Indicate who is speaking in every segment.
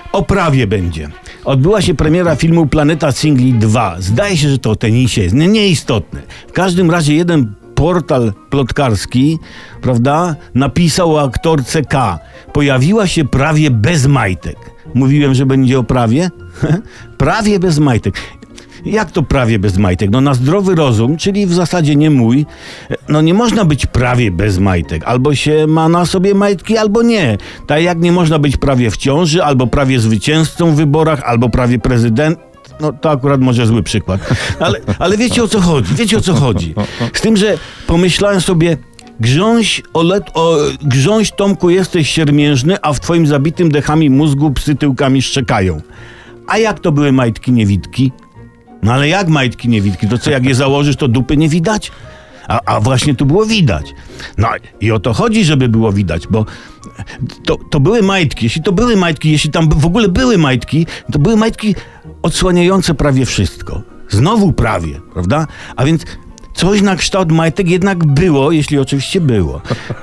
Speaker 1: O prawie będzie. Odbyła się premiera filmu Planeta Singli 2. Zdaje się, że to o tenisie jest nieistotne. W każdym razie jeden portal plotkarski, prawda, napisał o aktorce K. Pojawiła się prawie bez majtek. Mówiłem, że będzie o prawie? Prawie bez majtek. Jak to prawie bez majtek? No na zdrowy rozum, czyli w zasadzie nie mój, no nie można być prawie bez majtek. Albo się ma na sobie majtki, albo nie. Tak jak nie można być prawie w ciąży, albo prawie zwycięzcą w wyborach, albo prawie prezydent. No to akurat może zły przykład. Ale wiecie o co chodzi, Z tym, że pomyślałem sobie, grząś Tomku, jesteś siermiężny, a w twoim zabitym dechami mózgu psy tyłkami szczekają. A jak to były majtki niewidki? No ale jak majtki niewidki? To co, jak je założysz, to dupy nie widać? A właśnie tu było widać. No i o to chodzi, żeby było widać, bo to były majtki. Jeśli tam w ogóle były majtki, to były majtki odsłaniające prawie wszystko. Znowu prawie, prawda? A więc coś na kształt majtek jednak było, jeśli oczywiście było.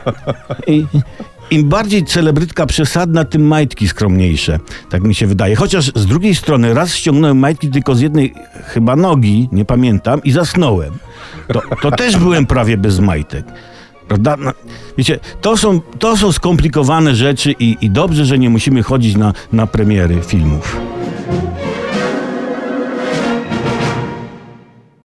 Speaker 1: Im bardziej celebrytka przesadna, tym majtki skromniejsze. Tak mi się wydaje. Chociaż z drugiej strony raz ściągnąłem majtki tylko z jednej chyba nogi, nie pamiętam, i zasnąłem. To też byłem prawie bez majtek. Prawda? No, wiecie, to są skomplikowane rzeczy i dobrze, że nie musimy chodzić na premiery filmów.